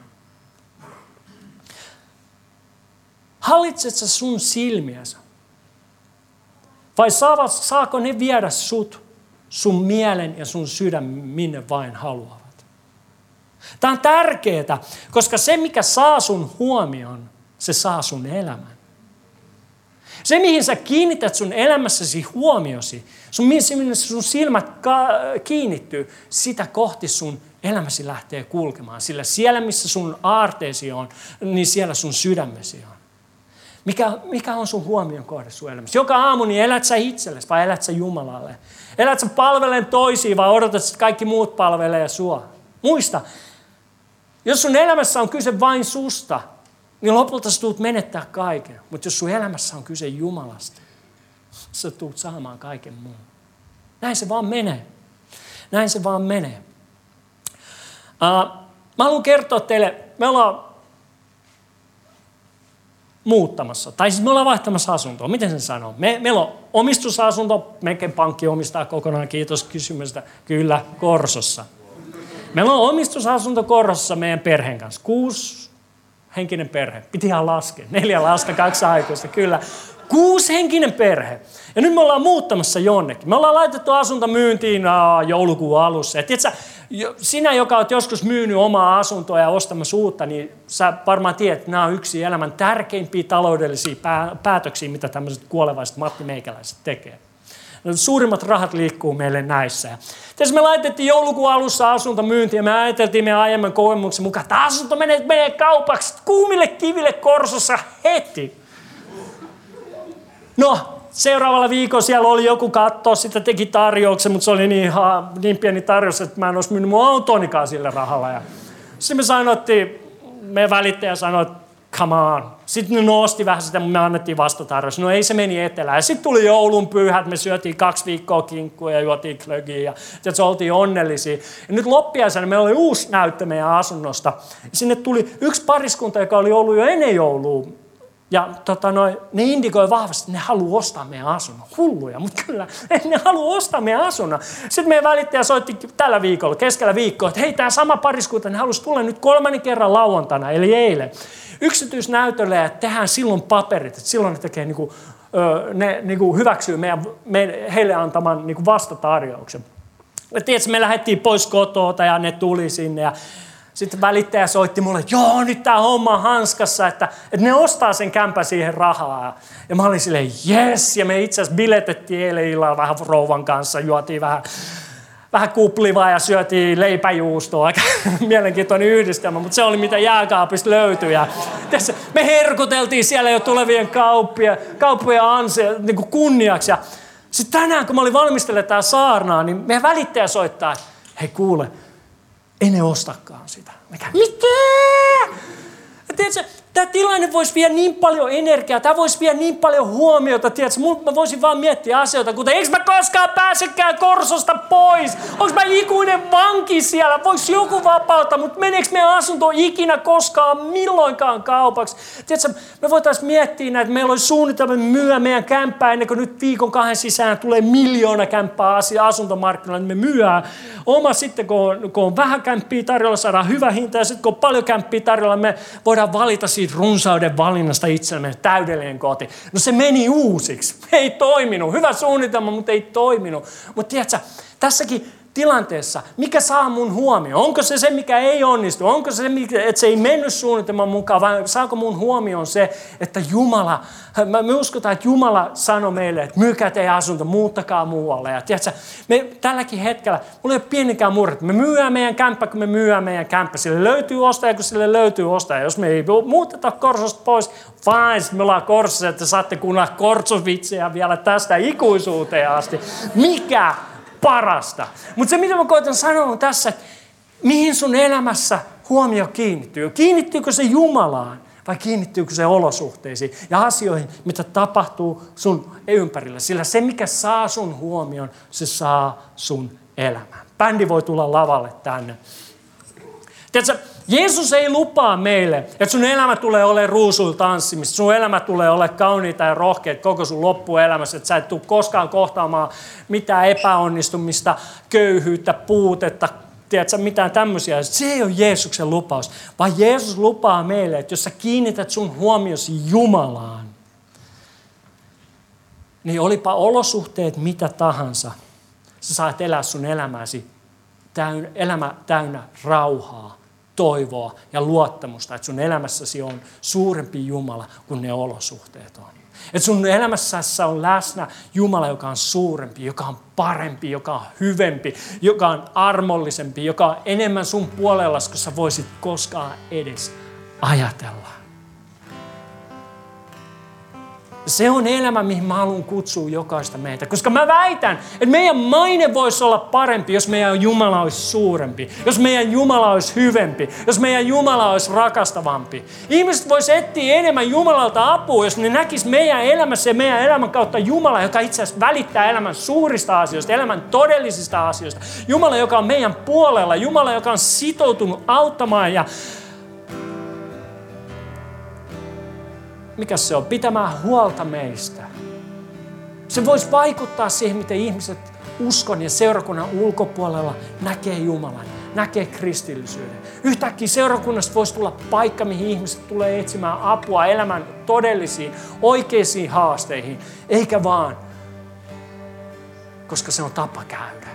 Hallitset sä sun silmiäsi? Vai saako ne viedä sut, sun mielen ja sun sydän minne vain haluavat? Tämä on tärkeää, koska se, mikä saa sun huomion, se saa sun elämän. Se, mihin sä kiinnität sun elämässäsi huomiosi, minne sun silmät kiinnittyy, sitä kohti sun elämäsi lähtee kulkemaan. Sillä siellä, missä sun aarteesi on, niin siellä sun sydämesi on. Mikä on sun huomion kohde sun elämässä? Joka aamu, niin elät sä itsellesi vai elät sä Jumalalle? Elät sä palvelen toisiin vai odotat, että kaikki muut palvelee sua? Muista, jos sun elämässä on kyse vain susta, niin lopulta sä tulet menettää kaiken. Mutta jos sun elämässä on kyse Jumalasta, sä tulet saamaan kaiken muun. Näin se vaan menee. Näin se vaan menee. Mä haluan kertoa teille, me ollaan muuttamassa, tai siis me ollaan vaihtamassa asuntoa. Miten sen sanoo? Meillä on omistusasunto, mekin pankki omistaa kokonaan, kiitos kysymästä, kyllä, Korsossa. Meillä on omistusasunto Korsossa meidän perheen kanssa, 6-henkinen perhe. Piti ihan laskea, 4 lasta, 2 aikuista, kyllä. 6-henkinen perhe. Ja nyt me ollaan muuttamassa jonnekin. Me ollaan laitettu asunto myyntiin joulukuun alussa. Ja tiedätkö, sinä, joka olet joskus myynyt omaa asuntoa ja ostamassa uutta, niin sä varmaan tiedät, että nämä on yksi elämän tärkeimpiä taloudellisia päätöksiä, mitä tämmöiset kuolevaiset Matti Meikäläiset tekee. Suurimmat rahat liikkuu meille näissä. Tässä me laitettiin joulukuun alussa asunto myyntiin ja me ajateltiin meidän aiemman kokemuksen mukaan, että asunto menee kaupaksi kuumille kiville Korsossa heti. No, seuraavalla viikolla siellä oli joku katto, sitä teki tarjouksen, mutta se oli niin pieni tarjous, että mä en olisi myynyt mun autonikaan sillä rahalla. Ja sitten me sanottiin, meidän välittäjä sanoi, että come on. Sitten ne nosti vähän sitä, mutta me annettiin vastatarjous. No ei se meni etelään. Ja sitten tuli joulun pyhät, me syötiin 2 viikkoa kinkkua ja juotiin klögiä ja se oltiin onnellisia. Ja nyt loppiaisena meillä oli uusi näyttö meidän asunnosta. Ja sinne tuli yksi pariskunta, joka oli ollut jo ennen joulua. Ja ne indikoi vahvasti, että ne haluaa ostaa meidän asunnon. Hulluja, mutta kyllä, ne haluaa ostaa meidän asunnon. Sitten meidän välittäjä soitti tällä viikolla, keskellä viikkoa, että hei, tämä sama pariskunta, ne haluaisi tulla nyt 3. kerran lauantaina, eli eilen. Yksityisnäytölle ja tehdään silloin paperit, että silloin ne tekee, ne hyväksyy heille antaman vastatarjouksen. Ja tiedätkö, me lähdettiin pois kotoa ja ne tuli sinne ja sitten välittäjä soitti mulle, että joo, nyt tämä homma on hanskassa, että ne ostaa sen kämpän siihen rahaa. Ja mä olin silleen, jes, ja me itse asiassa biletettiin eilen illalla vähän rouvan kanssa, juotiin vähän kuplivaa ja syötiin leipäjuustoa. Aika mielenkiintoinen yhdistelmä, mutta se oli mitä jääkaapista löytyi. Ja me herkuteltiin siellä jo tulevien kauppojen kunniaksi. Ja sitten tänään, kun mä olin valmistellut tää saarnaa, niin meidän välittäjä soittaa, että hei kuule, ei ne ostakaan sitä. Mitä? Tiedätkö, tämä tilanne voisi viedä niin paljon energiaa, tämä voisi viedä niin paljon huomiota. Tiedätkö, mä voisin vaan miettiä asioita, kuten eikö mä koskaan pääsekään Korsosta pois? Onko mä ikuinen vanki siellä? Voisi joku vapauttaa, mutta meneekö meidän asunto ikinä koskaan milloinkaan kaupaksi? Tiedätkö, me voitaisiin miettiä näitä, meillä olisi suunnitelma myyä meidän kämppää ennen kuin nyt 1-2 sisään tulee 1 miljoona kämppää asuntomarkkinoilla, niin me myyään oma sitten, kun on vähän kämppiä tarjolla, saadaan hyvä hinta ja sitten kun on paljon kämppiä tarjolla, me voidaan valita siitä runsauden valinnasta itsellemme täydellinen koti. No se meni uusiksi. Ei toiminut. Hyvä suunnitelma, mutta ei toiminut. Mutta tiedätkö, tässäkin tilanteessa, mikä saa mun huomioon? Onko se, mikä ei onnistu? Onko se, että se ei mennyt suunnitelman mukaan? Vai saako mun huomioon se, että Jumala, me uskotaan, että Jumala sanoi meille, että myykää teidän asunto, muuttakaa muualle. Ja tiedätkö, me tälläkin hetkellä, mulla ei ole pienikään murret. Me myyään meidän kämppä, kun me myyään meidän kämppä. Sille löytyy ostaja, kun sille löytyy ostaja. Jos me ei muuteta Korsosta pois, fine, me ollaan Korsossa, että saatte kuunnella Korsovitsejä vielä tästä ikuisuuteen asti. Mikä parasta. Mutta se, mitä mä koitan sanoa on tässä, että mihin sun elämässä huomio kiinnittyy. Kiinnittyykö se Jumalaan vai kiinnittyykö se olosuhteisiin ja asioihin, mitä tapahtuu sun ympärillä. Sillä se, mikä saa sun huomion, se saa sun elämän. Bändi voi tulla lavalle tänne. Tiedätkö, Jeesus ei lupaa meille, että sun elämä tulee olemaan ruusuilla tanssimista, sun elämä tulee olemaan kauniita ja rohkeita koko sun loppuelämässä, että sä et tule koskaan kohtaamaan mitään epäonnistumista, köyhyyttä, puutetta, tiedätkö, mitään tämmöisiä. Se ei ole Jeesuksen lupaus, vaan Jeesus lupaa meille, että jos sä kiinnität sun huomiosi Jumalaan, niin olipa olosuhteet mitä tahansa, sä saat elää sun elämäsi elämä täynnä rauhaa toivoa ja luottamusta, että sun elämässäsi on suurempi Jumala kuin ne olosuhteet on. Että sun elämässäsi on läsnä Jumala, joka on suurempi, joka on parempi, joka on hyvempi, joka on armollisempi, joka on enemmän sun puolellasi, kun sä voisit koskaan edes ajatella. Se on elämä, mihin mä haluan kutsua jokaista meitä. Koska mä väitän, että meidän maine voisi olla parempi, jos meidän Jumala olisi suurempi. Jos meidän Jumala olisi hyvempi. Jos meidän Jumala olisi rakastavampi. Ihmiset vois etsiä enemmän Jumalalta apua, jos ne näkis meidän elämässä ja meidän elämän kautta Jumala, joka itse asiassa välittää elämän suurista asioista, elämän todellisista asioista. Jumala, joka on meidän puolella. Jumala, joka on sitoutunut auttamaan ja mikä se on? Pitämään huolta meistä. Se voisi vaikuttaa siihen, miten ihmiset uskon ja seurakunnan ulkopuolella näkee Jumalan, näkee kristillisyyden. Yhtäkkiä seurakunnasta voisi tulla paikka, mihin ihmiset tulee etsimään apua elämän todellisiin, oikeisiin haasteihin, eikä vaan, koska se on tapa käydä.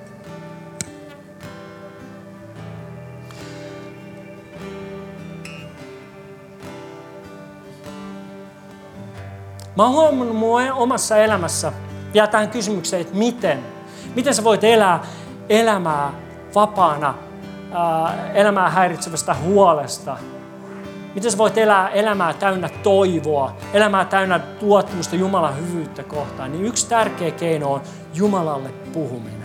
Mä oon huomannut mun omassa elämässä ja tähän kysymykseen, että miten sä voit elää elämää vapaana, elämää häiritsevästä huolesta. Miten sä voit elää elämää täynnä toivoa, elämää täynnä luottamusta Jumalan hyvyyttä kohtaan. Niin yksi tärkeä keino on Jumalalle puhuminen.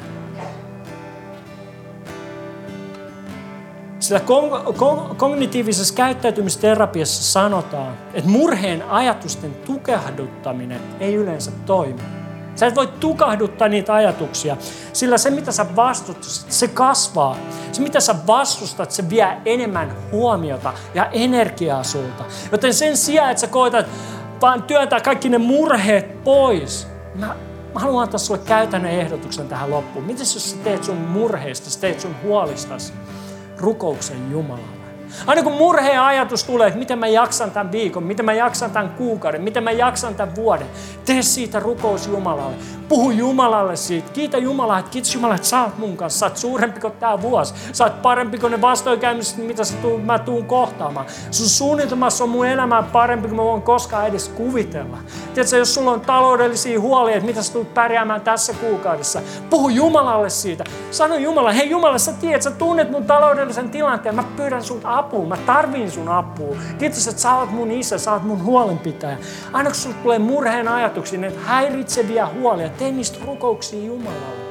Sillä kognitiivisessa käyttäytymisterapiassa sanotaan, että murheen ajatusten tukahduttaminen ei yleensä toimi. Sä et voi tukahduttaa niitä ajatuksia, sillä se mitä sä vastustat, se kasvaa. Se mitä sä vastustat, se vie enemmän huomiota ja energiaa sulta. Joten sen sijaan, että sä koetat vaan työntää kaikki ne murheet pois, mä haluan antaa sulle käytännön ehdotuksen tähän loppuun. Mites jos sä teet sun murheista, sä teet sun huolistasi rukouksen Jumalalle. Aina kun murheen ajatus tulee, että miten mä jaksan tämän viikon, miten mä jaksan tämän kuukauden, miten mä jaksan tämän vuoden, tee siitä rukous Jumalalle. Puhu Jumalalle siitä. Kiitä Jumalaa, että kiitos Jumala, että sä oot mun kanssa. Sä oot suurempi kuin tää vuosi. Sä oot parempi kuin ne vastoinkäymiset, mitä mä tuun kohtaamaan. Sun suunnitelmassa on mun elämää parempi kuin mä voin koskaan edes kuvitella. Tiedätkö, jos sulla on taloudellisia huolia, että mitä sä tulet pärjäämään tässä kuukaudessa, puhu Jumalalle siitä. Sano Jumala, hei Jumala, sä tiedät, sä tunnet mun taloudellisen tilanteen. Mä pyydän sulta apua, mä tarvin sun apua. Kiitos, että sä oot mun isä, sä oot mun huolenpitäjä. Aina kun sulla tulee murheen ajatuksia, ne häiritseviä huolia, tee niistä rukouksia Jumalalle.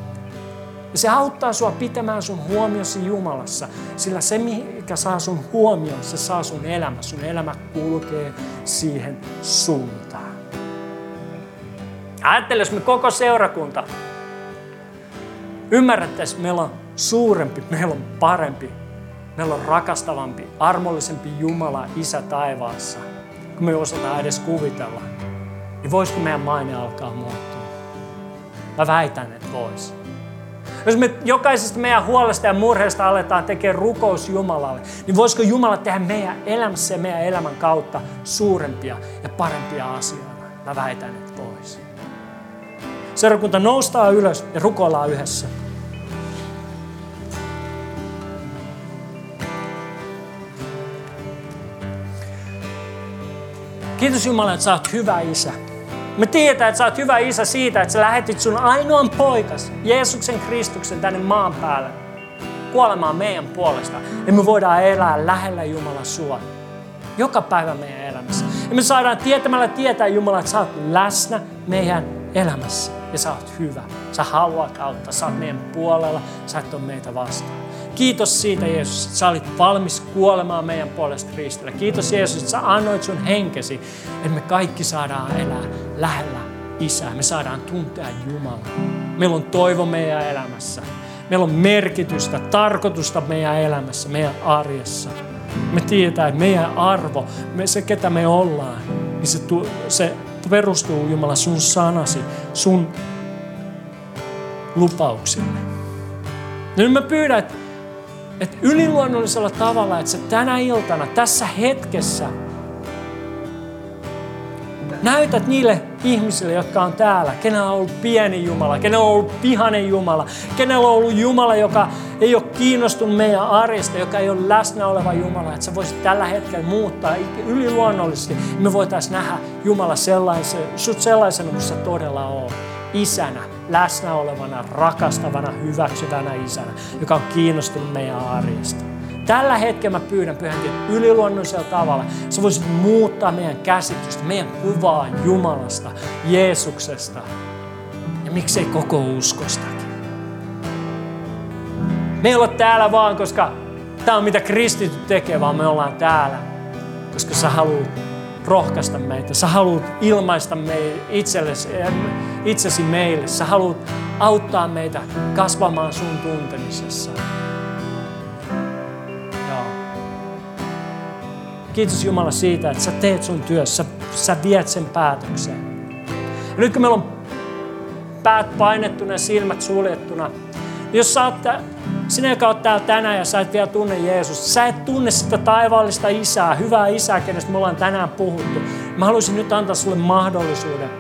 Ja se auttaa sua pitämään sun huomiosi Jumalassa, sillä se, mikä saa sun huomioon, se saa sun elämä. Sun elämä kulkee siihen suuntaan. Ajattele, jos me koko seurakunta ymmärrettäisiin, meillä on suurempi, meillä on parempi, meillä on rakastavampi, armollisempi Jumala, Isä taivaassa, kun me osataan edes kuvitella, niin voisiko meidän maine alkaa muuttua? Mä väitän, että vois. Jos me jokaisesta meidän huolesta ja murheesta aletaan tekemään rukous Jumalalle, niin voisiko Jumala tehdä meidän elämässä ja meidän elämän kautta suurempia ja parempia asioita? Mä väitän, että vois. Seurakunta, noustaan ylös ja rukoillaan yhdessä. Kiitos Jumala, että sä oot hyvä isä. Me tiedetään, että sä oot hyvä isä siitä, että sä lähetit sun ainoan poikas, Jeesuksen Kristuksen, tänne maan päälle kuolemaan meidän puolesta. Ja me voidaan elää lähellä Jumalan sua joka päivä meidän elämässä. Ja me saadaan tietämällä tietää Jumala, että sä oot läsnä meidän elämässä. Ja sä oot hyvä. Sä haluat auttaa. Sä oot meidän puolella. Sä et ole meitä vastaan. Kiitos siitä, Jeesus, että sä olit valmis kuolemaan meidän puolesta ristillä. Kiitos, Jeesus, että sä annoit sun henkesi, että me kaikki saadaan elää lähellä Isää. Me saadaan tuntea Jumalaa. Meillä on toivo meidän elämässä. Meillä on merkitystä, tarkoitusta meidän elämässä, meidän arjessa. Me tiedetään, että meidän arvo, se ketä me ollaan, niin se perustuu, Jumala, sun sanasi, sun lupauksille. Ja nyt mä pyydän, että yliluonnollisella tavalla, että sä tänä iltana, tässä hetkessä, Näytät niille ihmisille, jotka on täällä, kenellä on ollut pieni Jumala, kenellä on ollut vihainen Jumala, kenellä on ollut Jumala, joka ei ole kiinnostunut meidän arjesta, joka ei ole läsnä oleva Jumala, että sä voisit tällä hetkellä muuttaa yliluonnollisesti. Me voitaisiin nähdä Jumala sut sellaisena kuin sä todella oot. Isänä, läsnä olevana, rakastavana, hyväksyvänä isänä, joka on kiinnostunut meidän arjesta. Tällä hetkellä mä pyydän Pyhänkin yliluonnollisella tavalla. Sä voisit muuttaa meidän käsitystä, meidän kuvaa Jumalasta, Jeesuksesta ja miksei koko uskostakin. Me ei olla täällä vaan, koska tää on mitä kristityt tekee, vaan me ollaan täällä, koska sä haluat rohkaista meitä. Sä haluat ilmaista itsesi meille. Sä haluat auttaa meitä kasvamaan sun tuntemisessa. Kiitos Jumala siitä, että sä teet sun työssä, sä viet sen päätökseen. Ja nyt kun meillä on päät painettuna ja silmät suljettuna, jos sinä, joka oot täällä tänään ja sä et vielä tunne Jeesusta, sä et tunne sitä taivaallista isää, hyvää isää, kenestä me ollaan tänään puhuttu. Mä haluaisin nyt antaa sulle mahdollisuuden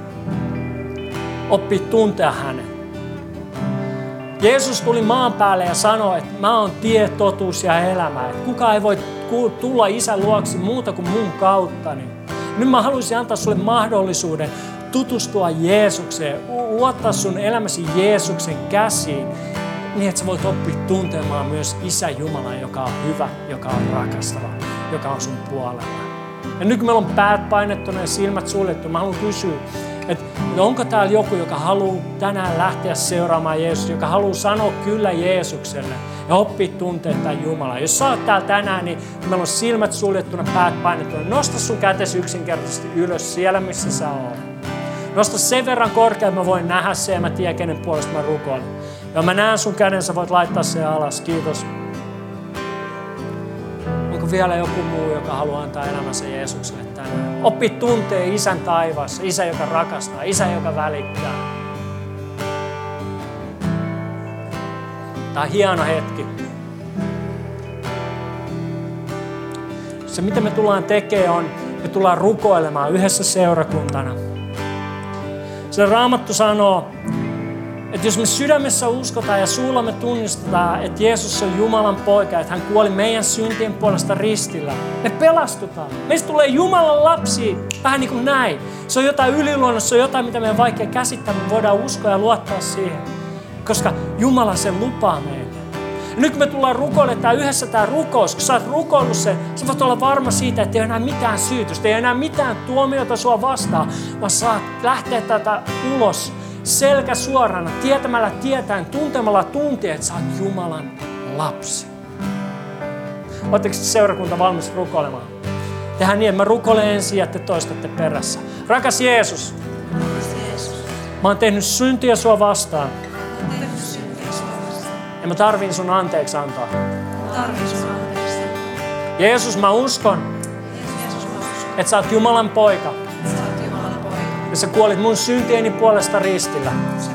oppia tuntea hänet. Jeesus tuli maan päälle ja sanoi, että mä oon tie, totuus ja elämä. Että kukaan ei voi tulla Isän luoksi muuta kuin mun kauttani. Nyt mä haluaisin antaa sulle mahdollisuuden tutustua Jeesukseen, luottaa sun elämäsi Jeesuksen käsiin, niin että sä voit oppia tuntemaan myös Isä Jumalan, joka on hyvä, joka on rakastava, joka on sun puolella. Ja nyt kun meillä on päät painettuna ja silmät suljettu, mä haluan kysyä, että onko täällä joku, joka haluaa tänään lähteä seuraamaan Jeesusta, joka haluaa sanoa kyllä Jeesukselle ja oppia tuntemaan tämän Jumalan. Jos sä oot täällä tänään, niin meillä on silmät suljettuna, päät painettuna. Nosta sun kätesi yksinkertaisesti ylös siellä, missä sä oot. Nosta sen verran korkealle, että mä voin nähdä sen ja mä tiedän, kenen puolesta mä rukoilen. Ja mä näen sun käden, sä voit laittaa sen alas. Kiitos. Onko vielä joku muu, joka haluaa antaa elämänsä Jeesukselle tänään? Oppi tuntee Isän taivaassa, Isä, joka rakastaa, Isä, joka välittää. Tämä on hieno hetki. Se, mitä me tullaan tekemään, on, me tullaan rukoilemaan yhdessä seurakuntana. Se Raamattu sanoo, että jos me sydämessä uskotaan ja suulla me tunnistetaan, että Jeesus on Jumalan poika, että hän kuoli meidän syntien puolesta ristillä, me pelastutaan. Meistä tulee Jumalan lapsia, vähän niin kuin näin. Se on jotain yliluonnollista, se on jotain, mitä meidän on vaikea käsittää, me voidaan uskoa ja luottaa siihen, koska Jumala sen lupaa meille. Ja nyt kun me tullaan rukoilemaan yhdessä tämä rukous, kun sä oot rukoillut sen, sä voit olla varma siitä, että ei ole enää mitään syytöstä, ei ole enää mitään tuomiota sua vastaan, vaan saat lähteä tätä ulos selkä suorana, tuntemalla tuntia, että sä oot Jumalan lapsi. Oletteko seurakunta valmis rukoilemaan? Tehdään niin, että mä rukoilen ensin ja te toistatte perässä. Rakas Jeesus, mä oon tehnyt syntiä sua vastaan. Ja mä tarvin sun anteeksi antaa. Jeesus, mä uskon, että sä oot Jumalan poika. Ja sä kuolit mun syntieni puolesta ristillä.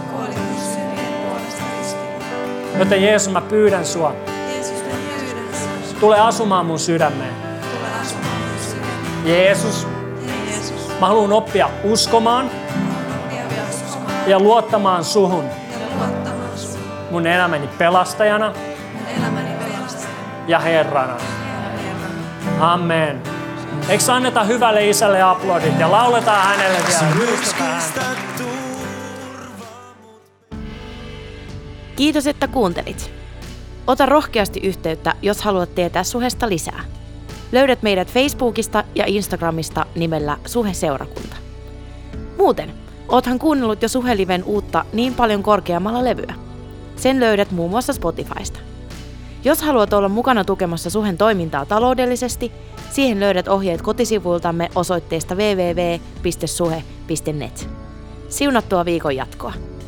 Joten Jeesus, mä pyydän sua. Tule asumaan mun sydämeen. Jeesus, mä haluan oppia uskomaan ja luottamaan suhun. Mun elämäni pelastajana ja Herrana. Amen. Eikö anneta hyvälle Isälle aplodit ja lauletaan hänelle vielä. Kiitos, että kuuntelit. Ota rohkeasti yhteyttä, jos haluat tietää Suhesta lisää. Löydät meidät Facebookista ja Instagramista nimellä Suhe-seurakunta. Muuten, oothan kuunnellut jo Suhe-liven uutta Niin paljon korkeammalla levyä. Sen löydät muun muassa Spotifysta. Jos haluat olla mukana tukemassa Suhen toimintaa taloudellisesti, siihen löydät ohjeet kotisivuiltamme osoitteesta www.suhe.net. Siunattua viikon jatkoa!